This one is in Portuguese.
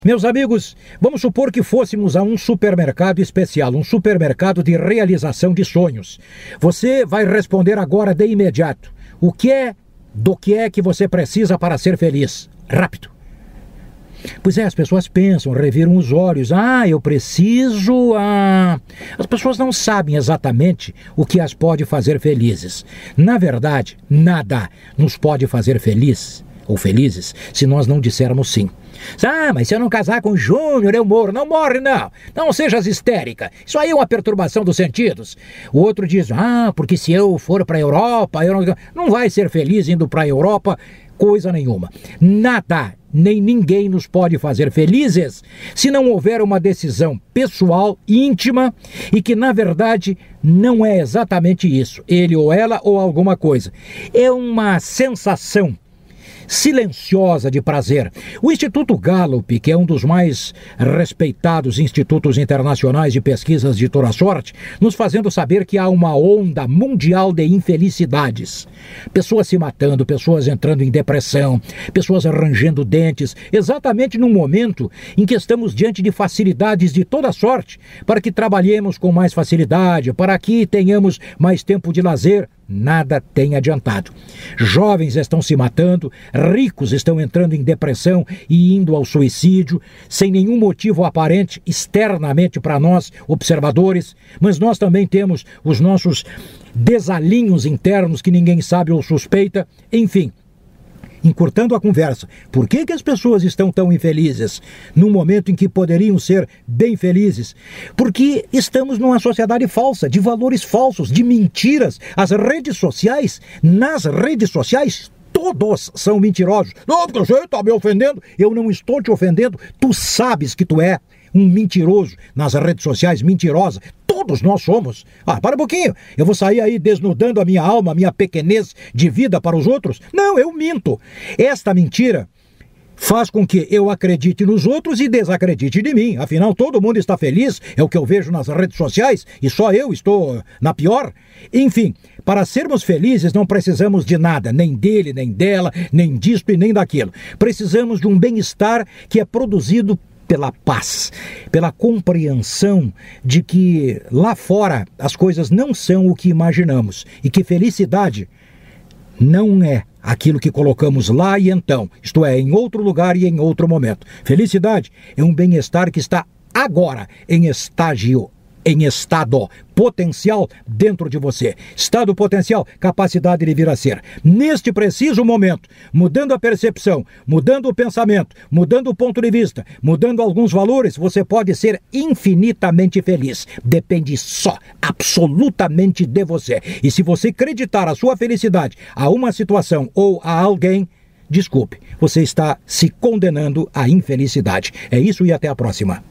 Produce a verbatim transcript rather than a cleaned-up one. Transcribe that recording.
Meus amigos, vamos supor que fôssemos a um supermercado especial, um supermercado de realização de sonhos. Você vai responder agora de imediato. O que é, do que é que você precisa para ser feliz? Rápido. Pois é, as pessoas pensam, reviram os olhos. Ah, eu preciso... Ah... As pessoas não sabem exatamente o que as pode fazer felizes. Na verdade, nada nos pode fazer feliz ou felizes se nós não dissermos sim. Ah, mas se eu não casar com o Júnior, eu morro. Não morre, não. Não sejas histérica. Isso aí é uma perturbação dos sentidos. O outro diz, ah, porque se eu for para a Europa, eu não... não vai ser feliz indo para a Europa, coisa nenhuma. Nada, nem ninguém nos pode fazer felizes se não houver uma decisão pessoal, íntima, e que, na verdade, não é exatamente isso. Ele ou ela ou alguma coisa. É uma sensação silenciosa de prazer. O Instituto Gallup, que é um dos mais respeitados institutos internacionais de pesquisas de toda sorte, nos fazendo saber que há uma onda mundial de infelicidades. Pessoas se matando, pessoas entrando em depressão, pessoas arranjando dentes, exatamente no momento em que estamos diante de facilidades de toda sorte, para que trabalhemos com mais facilidade, para que tenhamos mais tempo de lazer. Nada tem adiantado. Jovens estão se matando, ricos estão entrando em depressão e indo ao suicídio, sem nenhum motivo aparente externamente para nós, observadores, mas nós também temos os nossos desalinhos internos que ninguém sabe ou suspeita, enfim. Encurtando a conversa, por que que as pessoas estão tão infelizes num momento em que poderiam ser bem felizes? Porque estamos numa sociedade falsa, de valores falsos, de mentiras. As redes sociais, nas redes sociais, todos são mentirosos. Não, porque você está me ofendendo. Eu não estou te ofendendo. Tu sabes que tu é um mentiroso nas redes sociais, mentirosa. Todos nós somos. Ah, para um pouquinho. Eu vou sair aí desnudando a minha alma, a minha pequenez de vida para os outros? Não, eu minto. Esta mentira faz com que eu acredite nos outros e desacredite de mim. Afinal, todo mundo está feliz, é o que eu vejo nas redes sociais, e só eu estou na pior. Enfim, para sermos felizes não precisamos de nada, nem dele, nem dela, nem disto e nem daquilo. Precisamos de um bem-estar que é produzido pela paz, pela compreensão de que lá fora as coisas não são o que imaginamos e que felicidade não é aquilo que colocamos lá e então, isto é, em outro lugar e em outro momento. Felicidade é um bem-estar que está agora em estágio, em estado potencial dentro de você. Estado potencial, capacidade de vir a ser. Neste preciso momento, mudando a percepção, mudando o pensamento, mudando o ponto de vista, mudando alguns valores, você pode ser infinitamente feliz. Depende só, absolutamente de você. E se você acreditar a sua felicidade a uma situação ou a alguém, desculpe, você está se condenando à infelicidade. É isso e até a próxima.